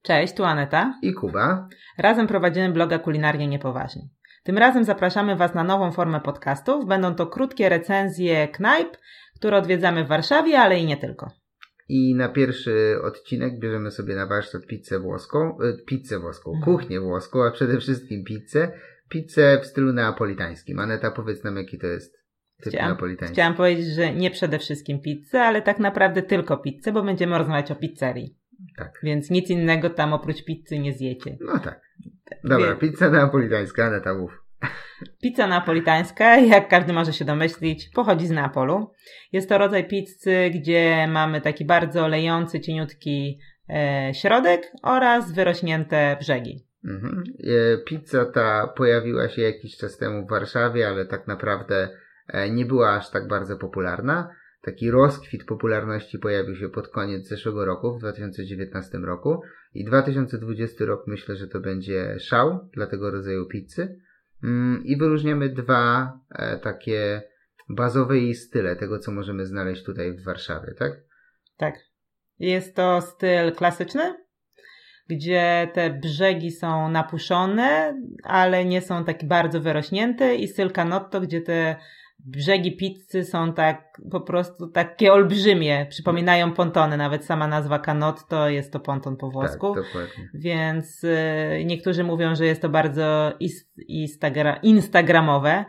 Cześć, tu Aneta i Kuba. Razem prowadzimy bloga Kulinarnie Niepoważni. Tym razem zapraszamy Was na nową formę podcastów. Będą to krótkie recenzje knajp, które odwiedzamy w Warszawie, ale i nie tylko. I na pierwszy odcinek bierzemy sobie na warsztat kuchnię włoską, a przede wszystkim pizzę w stylu neapolitańskim. Aneta, powiedz nam, jaki to jest typ neapolitański. Chciałam powiedzieć, że nie przede wszystkim pizzę, ale tak naprawdę tylko pizzę, bo będziemy rozmawiać o pizzerii. Tak. Więc nic innego tam oprócz pizzy nie zjecie. No tak. Dobra, pizza neapolitańska, Aneta, mów. Pizza neapolitańska, jak każdy może się domyślić, pochodzi z Neapolu. Jest to rodzaj pizzy, gdzie mamy taki bardzo lejący, cieniutki środek oraz wyrośnięte brzegi. Mhm. Pizza ta pojawiła się jakiś czas temu w Warszawie, ale tak naprawdę nie była aż tak bardzo popularna. Taki rozkwit popularności pojawił się pod koniec zeszłego roku, w 2019 roku. I 2020 rok myślę, że to będzie szał dla tego rodzaju pizzy. I wyróżniamy dwa takie bazowe jej style tego, co możemy znaleźć tutaj w Warszawie, tak? Tak. Jest to styl klasyczny, gdzie te brzegi są napuszone, ale nie są tak bardzo wyrośnięte, i styl canotto, gdzie te brzegi pizzy są tak po prostu takie olbrzymie, przypominają pontony, nawet sama nazwa canotto jest to ponton po włosku. Tak, dokładnie. Więc niektórzy mówią, że jest to bardzo instagramowe.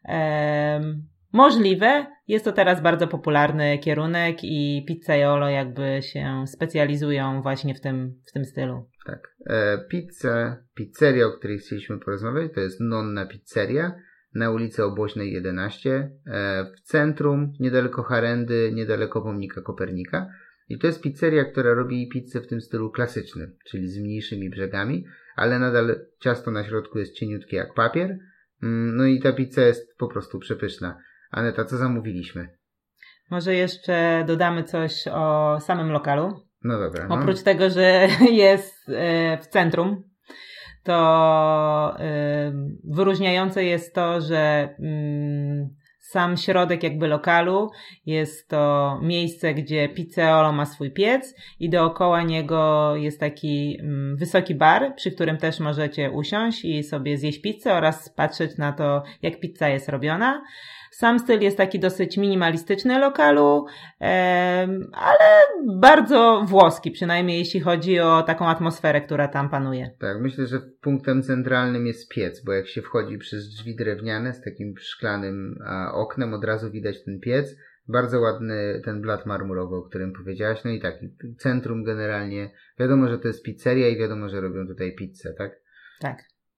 Możliwe, jest to teraz bardzo popularny kierunek i pizzaiolo jakby się specjalizują właśnie w tym stylu. Tak. Pizzeria, o której chcieliśmy porozmawiać, to jest Nonna Pizzeria na ulicy Obłośnej 11, w centrum, niedaleko Harendy, niedaleko pomnika Kopernika. I to jest pizzeria, która robi pizzę w tym stylu klasycznym, czyli z mniejszymi brzegami, ale nadal ciasto na środku jest cieniutkie jak papier. No i ta pizza jest po prostu przepyszna. Aneta, co zamówiliśmy? Może jeszcze dodamy coś o samym lokalu. No dobra. Oprócz tego, że jest w centrum, to wyróżniające jest to, że sam środek jakby lokalu jest to miejsce, gdzie pizzaiolo ma swój piec i dookoła niego jest taki wysoki bar, przy którym też możecie usiąść i sobie zjeść pizzę oraz patrzeć na to, jak pizza jest robiona. Sam styl jest taki dosyć minimalistyczny lokalu, ale bardzo włoski, przynajmniej jeśli chodzi o taką atmosferę, która tam panuje. Tak, myślę, że punktem centralnym jest piec, bo jak się wchodzi przez drzwi drewniane z takim szklanym oknem, od razu widać ten piec. Bardzo ładny ten blat marmurowy, o którym powiedziałaś. No i tak, centrum generalnie, wiadomo, że to jest pizzeria i wiadomo, że robią tutaj pizzę, tak? Tak.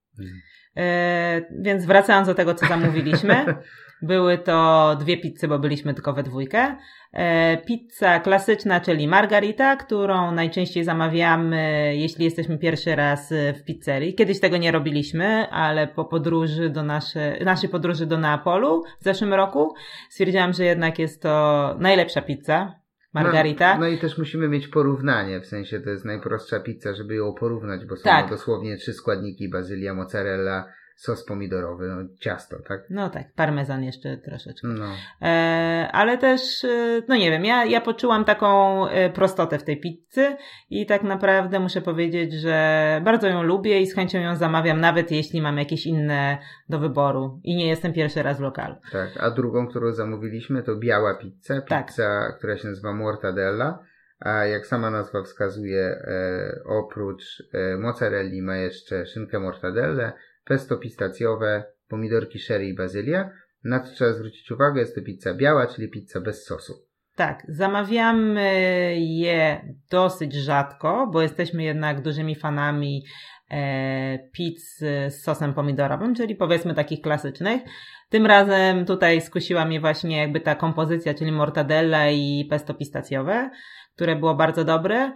Więc wracając do tego, co zamówiliśmy. Były to 2 pizzy, bo byliśmy tylko we dwójkę. Pizza klasyczna, czyli margarita, którą najczęściej zamawiamy, jeśli jesteśmy pierwszy raz w pizzerii. Kiedyś tego nie robiliśmy, ale po podróży naszej podróży do Neapolu w zeszłym roku stwierdziłam, że jednak jest to najlepsza pizza. Margarita. No i też musimy mieć porównanie, w sensie to jest najprostsza pizza, żeby ją porównać, bo są dosłownie 3 składniki: bazylia, mozzarella, sos pomidorowy, ciasto, tak? No tak, parmezan jeszcze troszeczkę. No. Ale też, no nie wiem, ja poczułam taką prostotę w tej pizzy i tak naprawdę muszę powiedzieć, że bardzo ją lubię i z chęcią ją zamawiam, nawet jeśli mam jakieś inne do wyboru i nie jestem pierwszy raz w lokalu. Tak, a drugą, którą zamówiliśmy, to biała pizza, która się nazywa mortadella, a jak sama nazwa wskazuje, oprócz mozzarelli ma jeszcze szynkę mortadellę, pesto pistacjowe, pomidorki sherry i bazylia. Na co trzeba zwrócić uwagę, jest to pizza biała, czyli pizza bez sosu. Tak, zamawiamy je dosyć rzadko, bo jesteśmy jednak dużymi fanami pizz z sosem pomidorowym, czyli powiedzmy takich klasycznych. Tym razem tutaj skusiła mnie właśnie jakby ta kompozycja, czyli mortadella i pesto pistacjowe, które było bardzo dobre.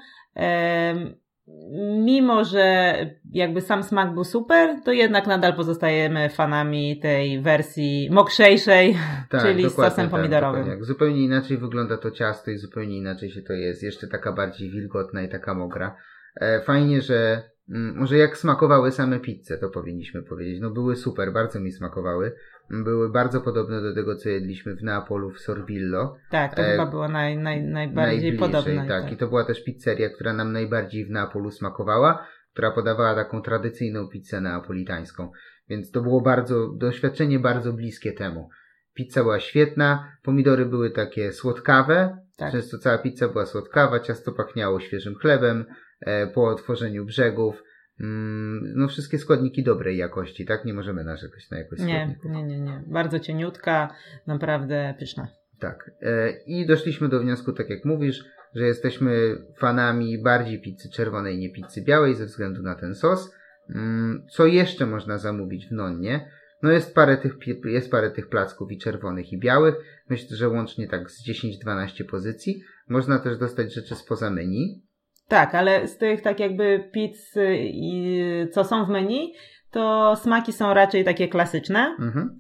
Mimo że jakby sam smak był super, to jednak nadal pozostajemy fanami tej wersji mokrzejszej, czyli z sosem pomidorowym. Tak. Zupełnie inaczej wygląda to ciasto i zupełnie inaczej się to jest. Jeszcze taka bardziej wilgotna i taka mokra. Fajnie, że może jak smakowały same pizze, to powinniśmy powiedzieć. No były super, bardzo mi smakowały. były bardzo podobne do tego, co jedliśmy w Neapolu w Sorbillo. Tak, to chyba było najbardziej podobne. Tak. I to była też pizzeria, która nam najbardziej w Neapolu smakowała, która podawała taką tradycyjną pizzę neapolitańską. Więc to było doświadczenie bardzo bliskie temu. Pizza była świetna, pomidory były takie słodkawe, często cała pizza była słodkawa, ciasto pachniało świeżym chlebem, po otworzeniu brzegów. No wszystkie składniki dobrej jakości, tak? Nie możemy narzekać na jakość składników. Nie. Bardzo cieniutka, naprawdę pyszna. Tak. I doszliśmy do wniosku, tak jak mówisz, że jesteśmy fanami bardziej pizzy czerwonej, nie pizzy białej ze względu na ten sos. Co jeszcze można zamówić w Nonnie? No jest parę tych placków i czerwonych i białych. Myślę, że łącznie tak z 10-12 pozycji. Można też dostać rzeczy spoza menu. Tak, ale z tych tak jakby pizz, co są w menu, to smaki są raczej takie klasyczne.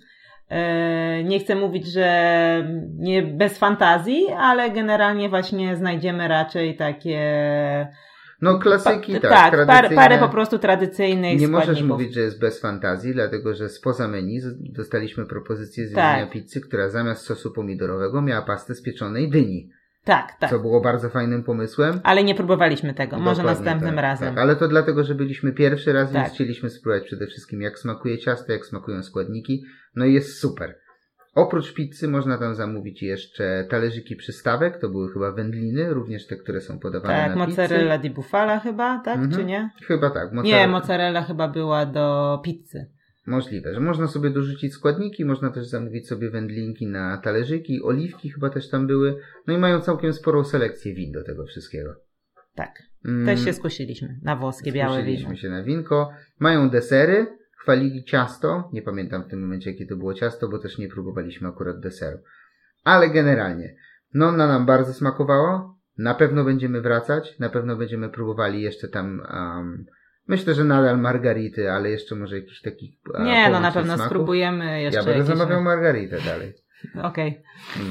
Nie chcę mówić, że nie bez fantazji, ale generalnie właśnie znajdziemy raczej takie... No klasyki, tak. Parę po prostu tradycyjnych Nie składników. możesz mówić, że jest bez fantazji, dlatego że spoza menu dostaliśmy propozycję zjedzenia pizzy, która zamiast sosu pomidorowego miała pastę z pieczonej dyni. Tak. Co było bardzo fajnym pomysłem. Ale nie próbowaliśmy tego, może następnym razem. Tak, ale to dlatego, że byliśmy pierwszy raz, więc chcieliśmy spróbować przede wszystkim, jak smakuje ciasto, jak smakują składniki. No i jest super. Oprócz pizzy można tam zamówić jeszcze talerzyki przystawek, to były chyba wędliny, również te, które są podawane na pizzy. Tak, mozzarella di bufala chyba, tak, czy nie? Chyba tak. Nie, mozzarella chyba była do pizzy. Możliwe, że można sobie dorzucić składniki, można też zamówić sobie wędlinki na talerzyki, oliwki chyba też tam były, no i mają całkiem sporą selekcję win do tego wszystkiego. Tak, też się skusiliśmy na włoskie białe wino. Skusiliśmy się na winko. Mają desery, chwalili ciasto, nie pamiętam w tym momencie jakie to było ciasto, bo też nie próbowaliśmy akurat deseru. Ale generalnie, Nonna nam bardzo smakowało, na pewno będziemy wracać, na pewno będziemy próbowali jeszcze tam... Myślę, że nadal margarity, ale jeszcze może jakiś takich... Nie, no na pewno smaków. Spróbujemy jeszcze. Ja będę zamawiał margaritę dalej. Okej. No.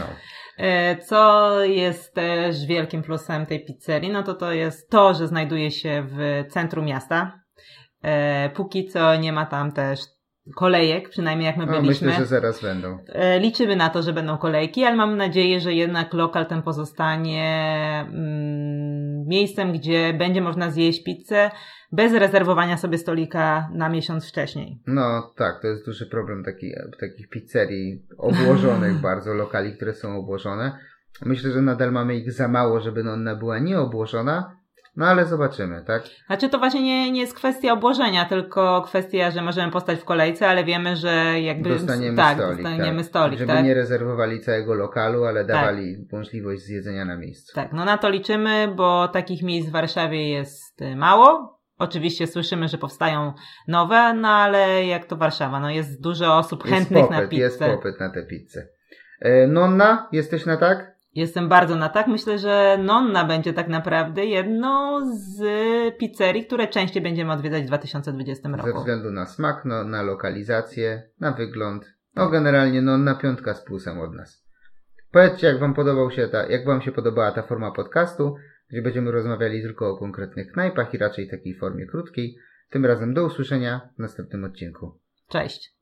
Co jest też wielkim plusem tej pizzerii, no to jest to, że znajduje się w centrum miasta. Póki co nie ma tam też kolejek, przynajmniej jak my byliśmy. Myślę, że zaraz będą. Liczymy na to, że będą kolejki, ale mam nadzieję, że jednak lokal ten pozostanie miejscem, gdzie będzie można zjeść pizzę bez rezerwowania sobie stolika na miesiąc wcześniej. No tak, to jest duży problem takich pizzerii obłożonych bardzo, lokali, które są obłożone. Myślę, że nadal mamy ich za mało, żeby ona była nieobłożona. No ale zobaczymy, tak? Znaczy to właśnie nie jest kwestia obłożenia, tylko kwestia, że możemy postać w kolejce, ale wiemy, że jakby... Dostaniemy stolik. Żeby nie rezerwowali całego lokalu, ale dawali możliwość zjedzenia na miejscu. Tak, no na to liczymy, bo takich miejsc w Warszawie jest mało. Oczywiście słyszymy, że powstają nowe, no ale jak to Warszawa, no jest dużo osób chętnych na pizzę. Jest popyt na tę pizzę. Nonna, jesteś na tak? Jestem bardzo na tak. Myślę, że Nonna będzie tak naprawdę jedną z pizzerii, które częściej będziemy odwiedzać w 2020 roku. Ze względu na smak, na lokalizację, na wygląd. No generalnie Nonna 5 z plusem od nas. Powiedzcie, jak wam się podobała ta forma podcastu, gdzie będziemy rozmawiali tylko o konkretnych knajpach i raczej takiej formie krótkiej. Tym razem do usłyszenia w następnym odcinku. Cześć.